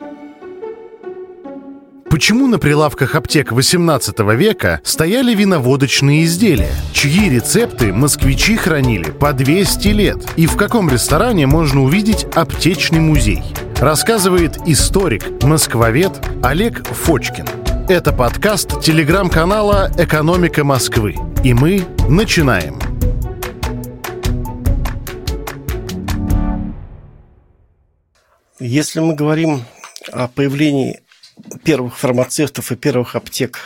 Почему на прилавках аптек XVIII века стояли виноводочные изделия? Чьи рецепты москвичи хранили по 200 лет? И в каком ресторане можно увидеть аптечный музей? Рассказывает историк, москвовед Олег Фочкин. Это подкаст телеграм-канала «Экономика Москвы». И мы начинаем. Если мы говорим о появлении первых фармацевтов и первых аптек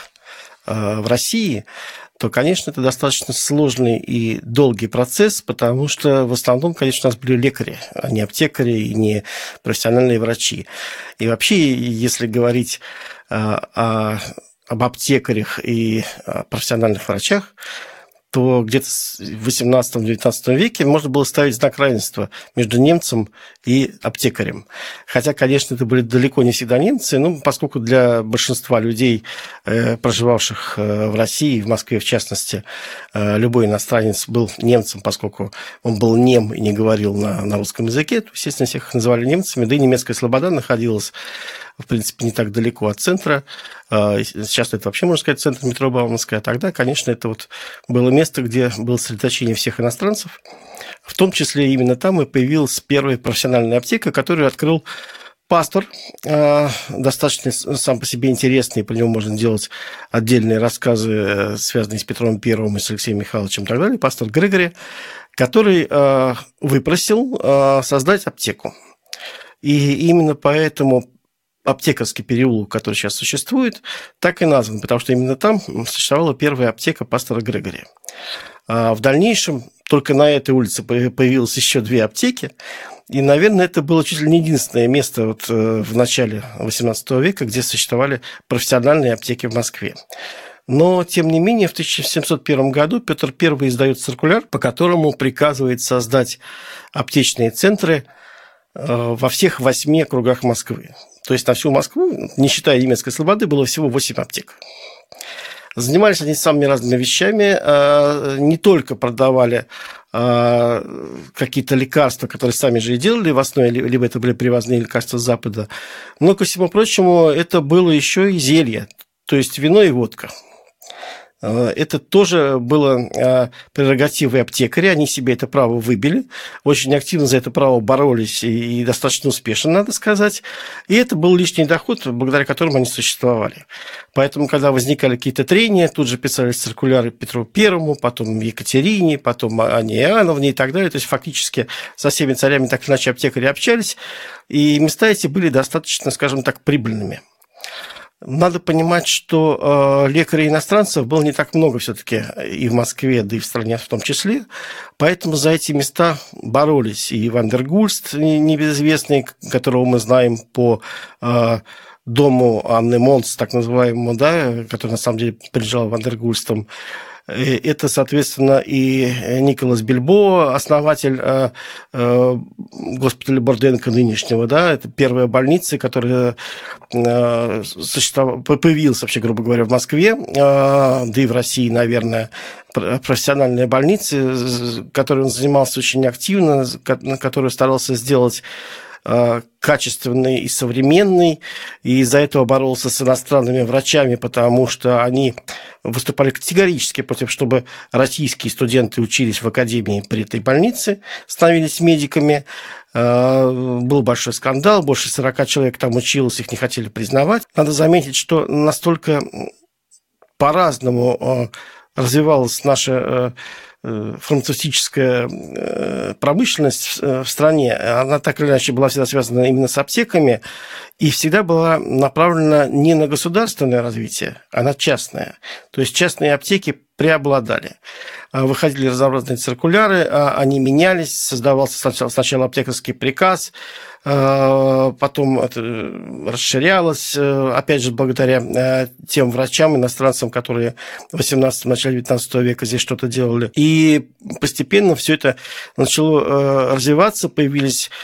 в России, то, конечно, это достаточно сложный и долгий процесс, потому что в основном, конечно, у нас были лекари, а не аптекари и не профессиональные врачи. И вообще, если говорить об аптекарях и профессиональных врачах, то где-то в XVIII-XIX веке можно было ставить знак равенства между немцем и аптекарем. Хотя, конечно, это были далеко не всегда немцы, поскольку для большинства людей, проживавших в России, в Москве в частности, любой иностранец был немцем, поскольку он был нем и не говорил на русском языке, то, естественно, всех их называли немцами, да и немецкая слобода находилась, в принципе, не так далеко от центра. Сейчас это вообще, можно сказать, центр метро Бауманская. А тогда, конечно, это было место, где было сосредоточение всех иностранцев. В том числе именно там и появилась первая профессиональная аптека, которую открыл пастор, достаточно сам по себе интересный, про него можно делать отдельные рассказы, связанные с Петром I и с Алексеем Михайловичем и так далее, пастор Грегори, который выпросил создать аптеку. И именно поэтому аптекарский переулок, который сейчас существует, так и назван, потому что именно там существовала первая аптека пастора Грегори. В дальнейшем только на этой улице появилось еще 2 аптеки, и, наверное, это было чуть ли не единственное место в начале XVIII века, где существовали профессиональные аптеки в Москве. Но, тем не менее, в 1701 году Петр I издает циркуляр, по которому приказывает создать аптечные центры во всех 8 округах Москвы. То есть на всю Москву, не считая немецкой слободы, было всего 8 аптек. Занимались они самыми разными вещами, не только продавали какие-то лекарства, которые сами же и делали в основе, либо это были привозные лекарства с Запада, но, ко всему прочему, это было еще и зелье, то есть вино и водка. Это тоже было прерогативой аптекаря, они себе это право выбили, очень активно за это право боролись и достаточно успешно, надо сказать, и это был лишний доход, благодаря которому они существовали. Поэтому, когда возникали какие-то трения, тут же писались циркуляры Петру Первому, потом Екатерине, потом Анне Иоанновне и так далее, то есть фактически со всеми царями так или иначе аптекари общались, и места эти были достаточно, скажем так, прибыльными. Надо понимать, что лекарей иностранцев было не так много все-таки и в Москве, да и в стране в том числе, поэтому за эти места боролись. И Вандергульст, небезызвестный, которого мы знаем по дому Анны Монс, так называемому, да, который на самом деле принадлежал Вандергульстам. Это, соответственно, и Николас Бильбо, основатель госпиталя Бурденко нынешнего, да, это первая больница, которая появилась, вообще, грубо говоря, в Москве, да и в России, наверное, профессиональная больница, которой он занимался очень активно, которую старался сделать качественный и современный, и из-за этого боролся с иностранными врачами, потому что они выступали категорически против, чтобы российские студенты учились в академии при этой больнице, становились медиками. Был большой скандал, больше 40 человек там училось, их не хотели признавать. Надо заметить, что настолько по-разному развивалась наша фармацевтическая промышленность в стране, она так или иначе была всегда связана именно с аптеками и всегда была направлена не на государственное развитие, а на частное. То есть частные аптеки преобладали. Выходили разнообразные циркуляры, они менялись, создавался сначала аптекарский приказ, потом это расширялось, опять же, благодаря тем врачам, иностранцам, которые в 18-м, начале 19 века здесь что-то делали. И постепенно все это начало развиваться, появились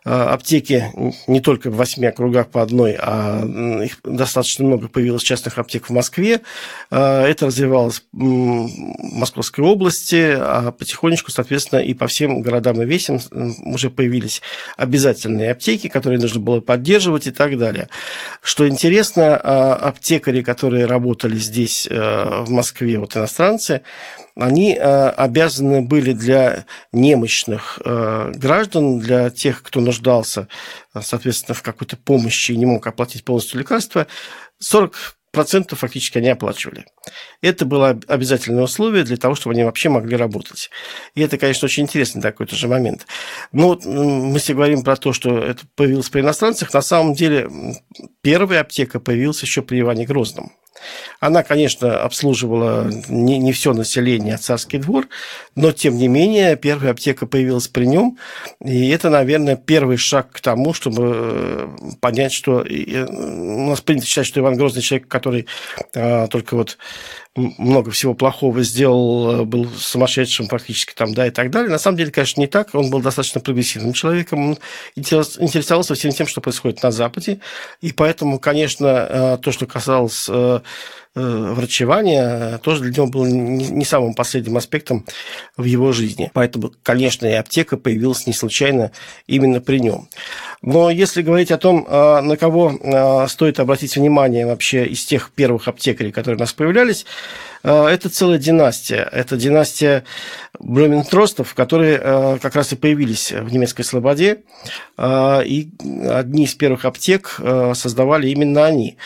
аптеки не только в 8 округах по одной, а их достаточно много появилось частных аптек в Москве. Это развивалось в Московской области, а потихонечку, соответственно, и по всем городам и весям уже появились обязательные аптеки, которые нужно было поддерживать и так далее. Что интересно, аптекари, которые работали здесь, в Москве, вот иностранцы, они обязаны были для немощных граждан, для тех, кто нуждался, соответственно, в какой-то помощи и не мог оплатить полностью лекарства, 40% фактически они оплачивали. Это было обязательное условие для того, чтобы они вообще могли работать. И это, конечно, очень интересный такой тоже момент. Но вот мы все говорим про то, что это появилось при иностранцах. На самом деле первая аптека появилась еще при Иване Грозном. Она, конечно, обслуживала не все население, а царский двор, но, тем не менее, первая аптека появилась при нем, и это, наверное, первый шаг к тому, чтобы понять, что у нас принято считать, что Иван Грозный человек, который только вот много всего плохого сделал, был сумасшедшим фактически там, да, и так далее. На самом деле, конечно, не так. Он был достаточно прогрессивным человеком. Он интересовался всем тем, что происходит на Западе. И поэтому, конечно, то, что касалось врачевания, тоже для него было не самым последним аспектом в его жизни. Поэтому, конечно, и аптека появилась не случайно именно при нем. Но если говорить о том, на кого стоит обратить внимание вообще из тех первых аптекарей, которые у нас появлялись, это целая династия. Это династия Блюментростов, которые как раз и появились в немецкой Слободе. И одни из первых аптек создавали именно они.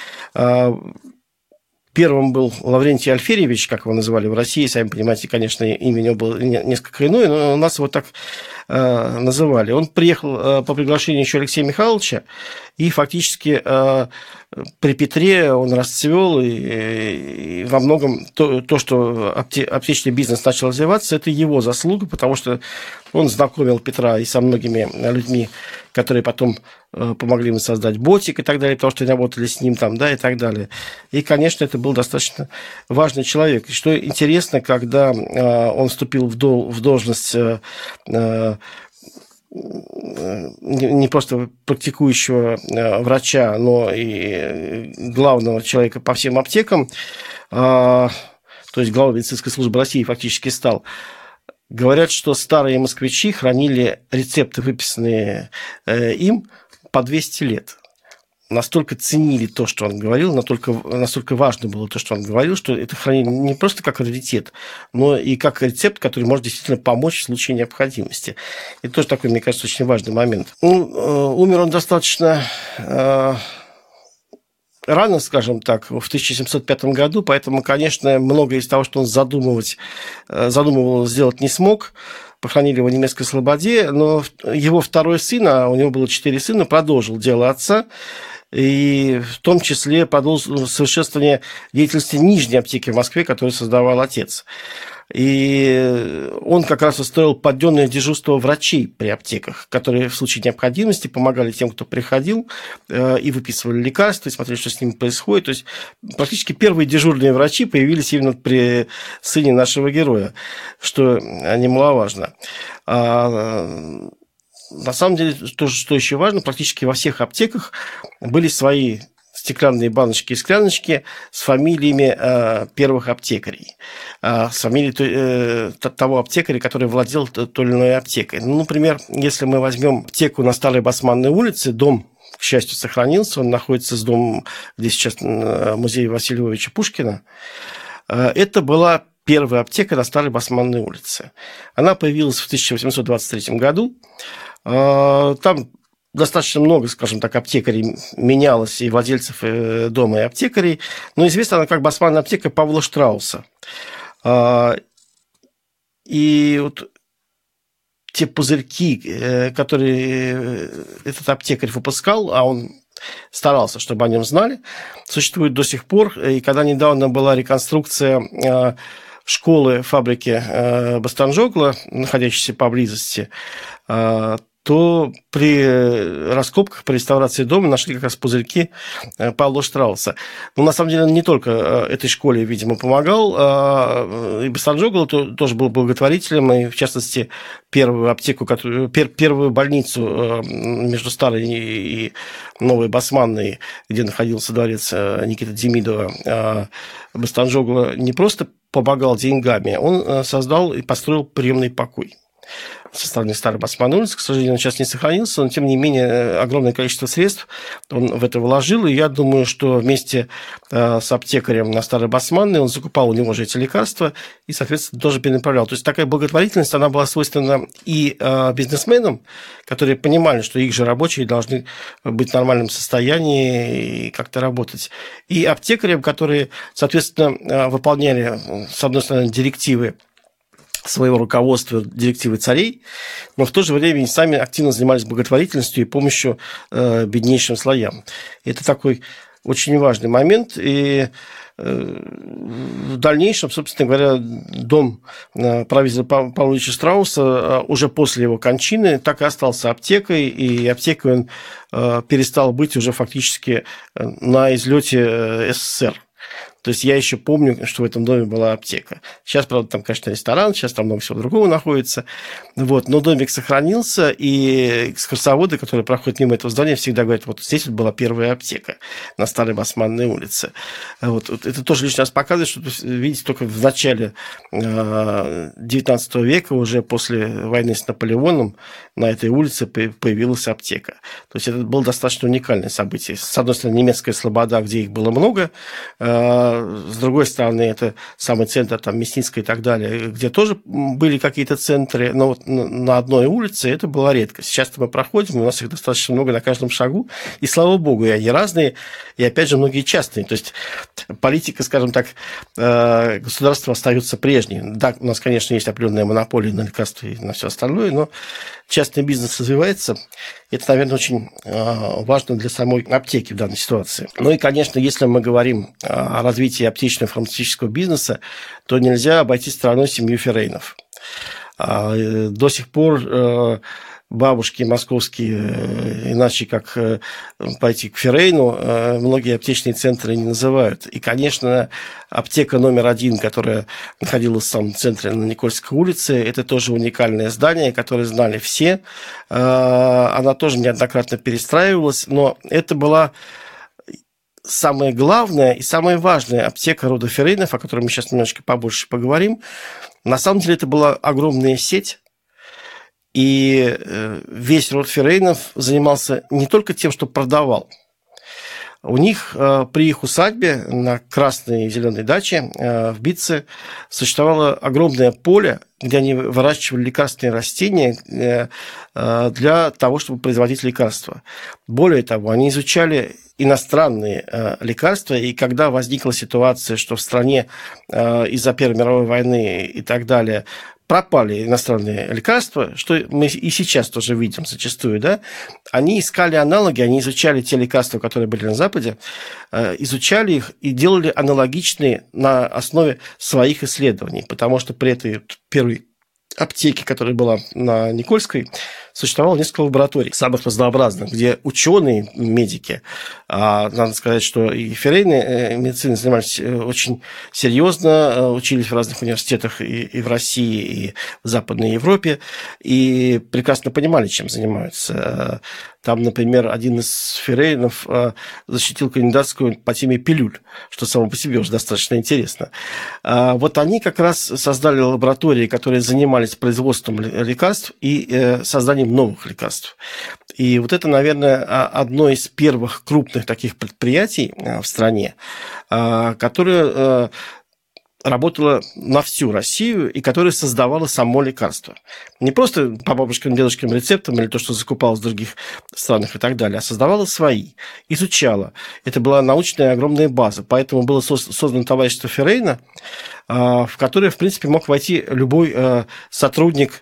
Первым был Лаврентий Альферьевич, как его называли в России. Сами понимаете, конечно, имя у него было несколько иное, но у нас его так называли. Он приехал по приглашению еще Алексея Михайловича, и фактически при Петре он расцвел, и во многом то, что аптечный бизнес начал развиваться, это его заслуга, потому что он знакомил Петра и со многими людьми, которые потом помогли ему создать Ботик и так далее, потому что они работали с ним там, да, и так далее. И, конечно, это был достаточно важный человек. И что интересно, когда он вступил в должность не просто практикующего врача, но и главного человека по всем аптекам, то есть главой медицинской службы России фактически стал. Говорят, что старые москвичи хранили рецепты, выписанные им, по 200 лет. Настолько ценили то, что он говорил, настолько важно было то, что он говорил, что это хранили не просто как раритет, но и как рецепт, который может действительно помочь в случае необходимости. Это тоже такой, мне кажется, очень важный момент. Умер он достаточно рано, скажем так, в 1705 году, поэтому, конечно, многое из того, что он задумывал сделать, не смог. Похоронили его в немецкой Слободе, но его второй сын, а у него было 4 сына, продолжил дело отца, и в том числе продолжил совершенствование деятельности Нижней аптеки в Москве, которую создавал отец. И он как раз устроил поддённое дежурство врачей при аптеках, которые в случае необходимости помогали тем, кто приходил, и выписывали лекарства, и смотрели, что с ними происходит. То есть практически первые дежурные врачи появились именно при сыне нашего героя, что немаловажно. На самом деле, то, что еще важно, практически во всех аптеках были свои стеклянные баночки и скляночки с фамилиями первых аптекарей, с фамилией того аптекаря, который владел той или иной аптекой. Ну, например, если мы возьмем аптеку на Старой Басманной улице, дом, к счастью, сохранился, он находится с домом, где сейчас музей Василия Львовича Пушкина, это была первая аптека на Старой Басманной улице. Она появилась в 1823 году. Там достаточно много, скажем так, аптекарей менялось, и владельцев дома, и аптекарей. Но известна она как Басманная аптека Павла Штрауса. И вот те пузырьки, которые этот аптекарь выпускал, а он старался, чтобы о нем знали, существуют до сих пор. И когда недавно была реконструкция школы, фабрики Бостанжогла, находящейся поблизости, то при раскопках, при реставрации дома нашли как раз пузырьки Паула Штрауса. Но на самом деле он не только этой школе, видимо, помогал. И Басанджогло тоже был благотворителем, и в частности первую аптеку, первую больницу между Старой и Новой Басманной, где находился дворец Никиты Демидова, Басанджогло не просто помогал деньгами, он создал и построил приемный покой со стороны Старой Басманной улицы. К сожалению, он сейчас не сохранился, но, тем не менее, огромное количество средств он в это вложил, и я думаю, что вместе с аптекарем на Старой Басманной он закупал у него же эти лекарства и, соответственно, тоже перенаправлял. То есть такая благотворительность, она была свойственна и бизнесменам, которые понимали, что их же рабочие должны быть в нормальном состоянии и как-то работать, и аптекарям, которые, соответственно, выполняли, с одной стороны, директивы своего руководства, директивы царей, но в то же время они сами активно занимались благотворительностью и помощью беднейшим слоям. Это такой очень важный момент, и в дальнейшем, собственно говоря, дом правителя Павла Ильича Штрауса уже после его кончины так и остался аптекой, и аптекой он перестал быть уже фактически на излете СССР. То есть я еще помню, что в этом доме была аптека. Сейчас, правда, там, конечно, ресторан, сейчас там много всего другого находится. Вот. Но домик сохранился, и экскурсоводы, которые проходят мимо этого здания, всегда говорят, вот здесь вот была первая аптека на Старой Басманной улице. Вот. Это тоже лишний раз показывает, что, видите, только в начале XIX века, уже после войны с Наполеоном, на этой улице появилась аптека. То есть это было достаточно уникальное событие. С одной стороны, немецкая слобода, где их было много, с другой стороны, это самый центр, там, Мясницкая и так далее, где тоже были какие-то центры, но вот на одной улице это была редкость. Сейчас мы проходим, у нас их достаточно много на каждом шагу, и слава богу, и они разные, и опять же многие частные. То есть политика, скажем так, государства остается прежней. Да, у нас, конечно, есть определенная монополия на лекарства и на все остальное, но частный бизнес развивается. Это, наверное, очень важно для самой аптеки в данной ситуации. Ну и, конечно, если мы говорим о развитии аптечного фармацевтического бизнеса, то нельзя обойти стороной семью Феррейнов. До сих пор бабушки московские, иначе как пойти к Феррейну, многие аптечные центры не называют. И, конечно, аптека номер 1, которая находилась в самом центре на Никольской улице, это тоже уникальное здание, которое знали все. Она тоже неоднократно перестраивалась, но это была самая главная и самая важная аптека рода Феррейнов, о которой мы сейчас немножечко побольше поговорим. На самом деле это была огромная сеть, и весь род Феррейнов занимался не только тем, что продавал. У них при их усадьбе на красной и зеленой даче в Битце существовало огромное поле, где они выращивали лекарственные растения для того, чтобы производить лекарства. Более того, они изучали иностранные лекарства, и когда возникла ситуация, что в стране из-за Первой мировой войны и так далее пропали иностранные лекарства, что мы и сейчас тоже видим зачастую, да, они искали аналоги, они изучали те лекарства, которые были на Западе, изучали их и делали аналогичные на основе своих исследований, потому что при этой первой аптеке, которая была на Никольской, существовало несколько лабораторий, самых разнообразных, где ученые, медики, надо сказать, что и Феррейны медициной занимались очень серьезно, учились в разных университетах и в России, и в Западной Европе, и прекрасно понимали, чем занимаются. Там, например, один из Феррейнов защитил кандидатскую по теме пилюль, что само по себе уже достаточно интересно. Вот они как раз создали лаборатории, которые занимались производством лекарств и созданием новых лекарств. И вот это, наверное, одно из первых крупных таких предприятий в стране, которое работала на всю Россию и которая создавала само лекарство. Не просто по бабушкиным, дедушкиным рецептам или то, что закупалось в других странах и так далее, а создавала свои, изучала. Это была научная огромная база. Поэтому было создано товарищество Феррейна, в которое, в принципе, мог войти любой сотрудник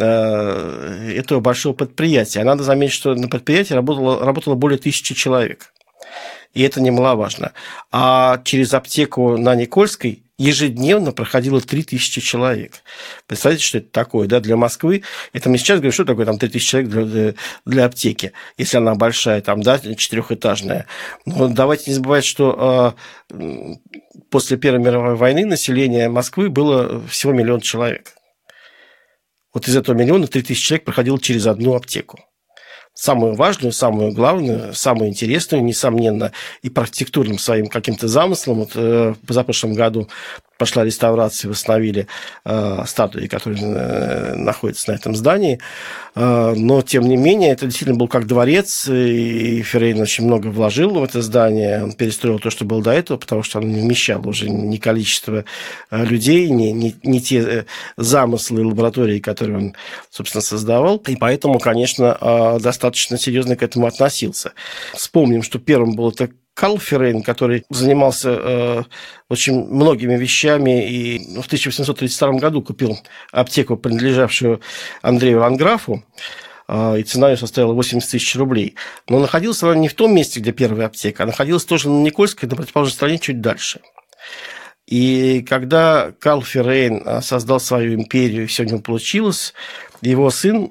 этого большого предприятия. Надо заметить, что на предприятии работало более 1000 человек. И это немаловажно. А через аптеку на Никольской ежедневно проходило 3000 человек. Представляете, что это такое, да, для Москвы? Это мы сейчас говорим, что такое там 3000 человек для аптеки, если она большая, там, да, четырехэтажная. Но давайте не забывать, что после Первой мировой войны население Москвы было всего 1 миллион человек. Вот из этого 1 миллиона 3000 человек проходило через одну аптеку. Самую важную, самую главную, самую интересную, несомненно, и по архитектурным своим каким-то замыслам. Вот, в позапрошлом году пошла реставрация, восстановили статуи, которые находятся на этом здании. Но, тем не менее, это действительно был как дворец, и Феррейн очень много вложил в это здание. Он перестроил то, что было до этого, потому что оно не вмещало уже ни количество людей, ни те замыслы и лаборатории, которые он, собственно, создавал. И поэтому, конечно, достаточно серьезно к этому относился. Вспомним, что первым был это Карл Феррейн, который занимался очень многими вещами и в 1832 году купил аптеку, принадлежавшую Андрею Ланграфу, и цена ее составила 80 тысяч рублей. Но находилась она не в том месте, где первая аптека, а находилась тоже на Никольской, на противоположной стороне, чуть дальше. И когда Карл Феррейн создал свою империю, и все у него получилось, его сын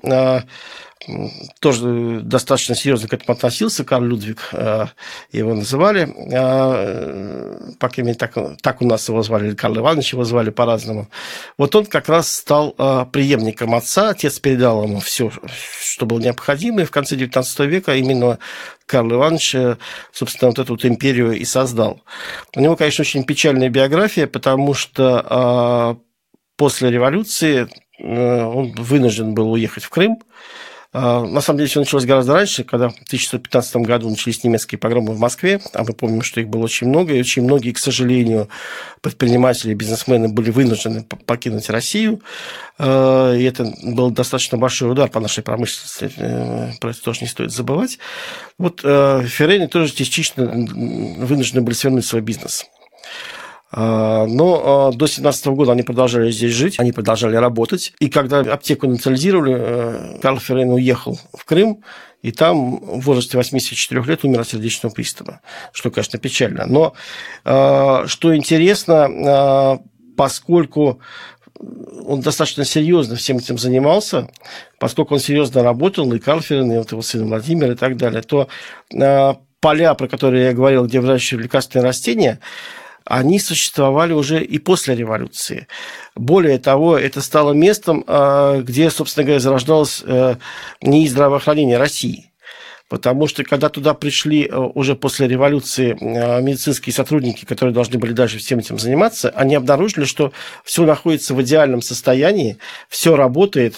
тоже достаточно серьезно к этому относился, Карл Людвиг его называли, по крайней мере, так у нас его звали, или Карл Иванович его звали по-разному. Вот он как раз стал преемником отца, отец передал ему все, что было необходимо, и в конце XIX века именно Карл Иванович, собственно, вот эту вот империю и создал. У него, конечно, очень печальная биография, потому что после революции он вынужден был уехать в Крым. На самом деле, все началось гораздо раньше, когда в 1915 году начались немецкие погромы в Москве, а мы помним, что их было очень много, и очень многие, к сожалению, предприниматели и бизнесмены были вынуждены покинуть Россию, и это был достаточно большой удар по нашей промышленности, про это тоже не стоит забывать. Вот Феррейны тоже частично вынуждены были свернуть свой бизнес. Но до 1917 года они продолжали здесь жить, они продолжали работать. И когда аптеку национализировали, Карл Феррейн уехал в Крым, и там в возрасте 84 лет умер от сердечного приступа, что, конечно, печально. Но что интересно, поскольку он достаточно серьезно всем этим занимался, поскольку он серьезно работал, и Карл Феррейн, и вот его сын Владимир, и так далее, то поля, про которые я говорил, где выращивали лекарственные растения, они существовали уже и после революции. Более того, это стало местом, где, собственно говоря, зарождалось НИИ здравоохранения России. Потому что, когда туда пришли уже после революции медицинские сотрудники, которые должны были дальше всем этим заниматься, они обнаружили, что все находится в идеальном состоянии, все работает,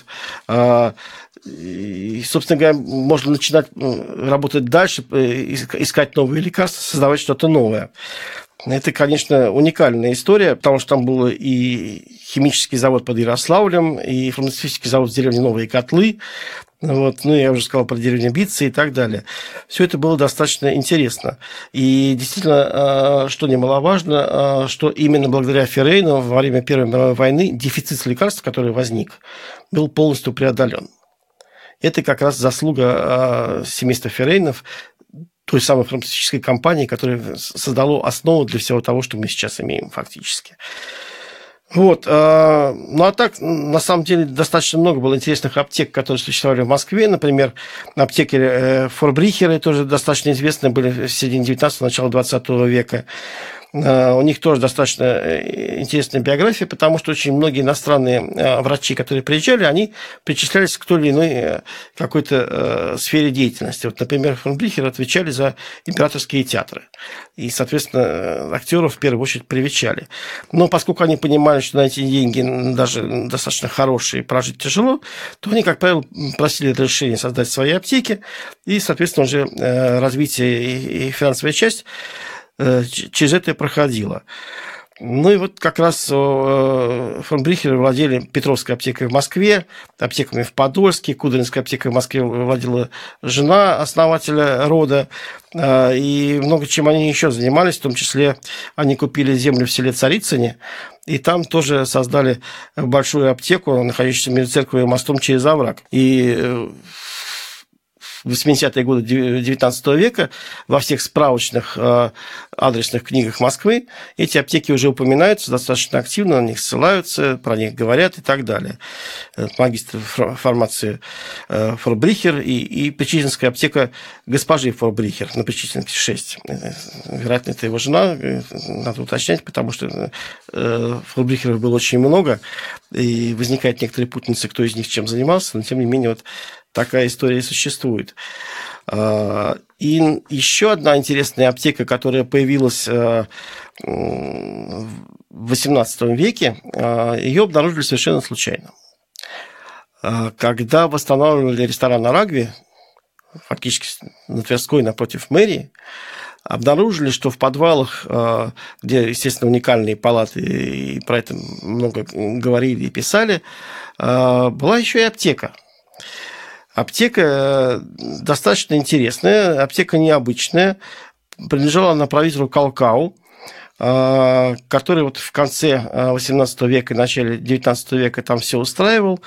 и, собственно говоря, можно начинать работать дальше, искать новые лекарства, создавать что-то новое. Это, конечно, уникальная история, потому что там был и химический завод под Ярославлем, и фармацевтический завод в деревне Новые Котлы, вот, ну, я уже сказал про деревню Битцы и так далее. Все это было достаточно интересно. И действительно, что немаловажно, что именно благодаря Феррейну во время Первой мировой войны дефицит лекарств, который возник, был полностью преодолен. Это как раз заслуга семейства Феррейнов, той самой фармацевтической компании, которая создала основу для всего того, что мы сейчас имеем фактически. Вот. Ну, а так, на самом деле, достаточно много было интересных аптек, которые существовали в Москве. Например, аптеки Форбрихеры тоже достаточно известны были в середине 19-го, начало 20 века. У них тоже достаточно интересная биография, потому что очень многие иностранные врачи, которые приезжали, они причислялись к той или иной какой-то сфере деятельности. Вот, например, Форбрихеры отвечали за императорские театры. И, соответственно, актеров в первую очередь привечали. Но поскольку они понимали, что на эти деньги даже достаточно хорошие прожить тяжело, то они, как правило, просили разрешения создать свои аптеки. И, соответственно, уже развитие и финансовая часть через это и проходило. Ну и вот как раз Форбрихеры владели Петровской аптекой в Москве, аптеками в Подольске, Кудринской аптекой в Москве владела жена основателя рода, и много чем они еще занимались, в том числе они купили землю в селе Царицыне, и там тоже создали большую аптеку, находящуюся между церковью и мостом через овраг. И в 80-е годы XIX века во всех справочных адресных книгах Москвы эти аптеки уже упоминаются достаточно активно, на них ссылаются, про них говорят и так далее. Магистр фармации Форбрихер и Причистинская аптека госпожи Форбрихер на Причистинке 6. Вероятно, это его жена, надо уточнять, потому что Форбрихеров было очень много, и возникает некоторые путаницы, кто из них чем занимался, но тем не менее вот такая история существует. И еще одна интересная аптека, которая появилась в XVIII веке, ее обнаружили совершенно случайно. Когда восстанавливали ресторан «Арагви», фактически на Тверской, напротив мэрии, обнаружили, что в подвалах, где, естественно, уникальные палаты, и про это много говорили и писали, была еще и аптека. Аптека достаточно интересная, аптека необычная. Принадлежала она правителю Калкау, который вот в конце XVIII века и начале XIX века там все устраивал.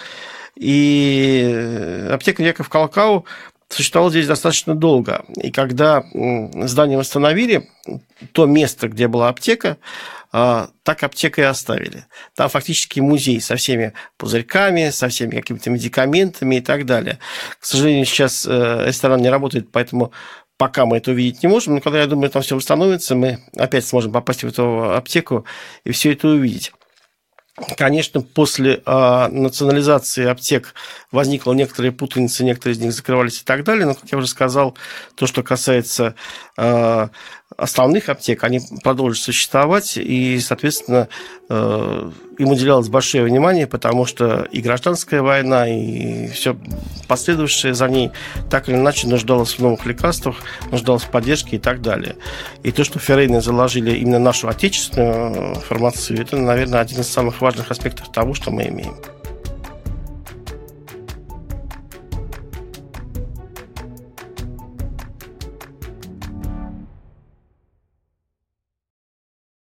И аптека Яков Калкау существовала здесь достаточно долго. И когда здание восстановили, то место, где была аптека, так аптеку и оставили. Там фактически музей со всеми пузырьками, со всеми какими-то медикаментами и так далее. К сожалению, сейчас ресторан не работает, поэтому пока мы это увидеть не можем. Но когда, я думаю, там все восстановится, мы опять сможем попасть в эту аптеку и все это увидеть. Конечно, после национализации аптек возникла некоторая путаница, некоторые из них закрывались и так далее, но, как я уже сказал, то, что касается основных аптек, они продолжили существовать, и, соответственно, им уделялось большое внимание, потому что и гражданская война, и все последовавшее за ней так или иначе нуждалось в новых лекарствах, нуждалось в поддержке и так далее. И то, что Феррейны заложили именно нашу отечественную фармацию, это, наверное, один из самых важных аспектов того, что мы имеем.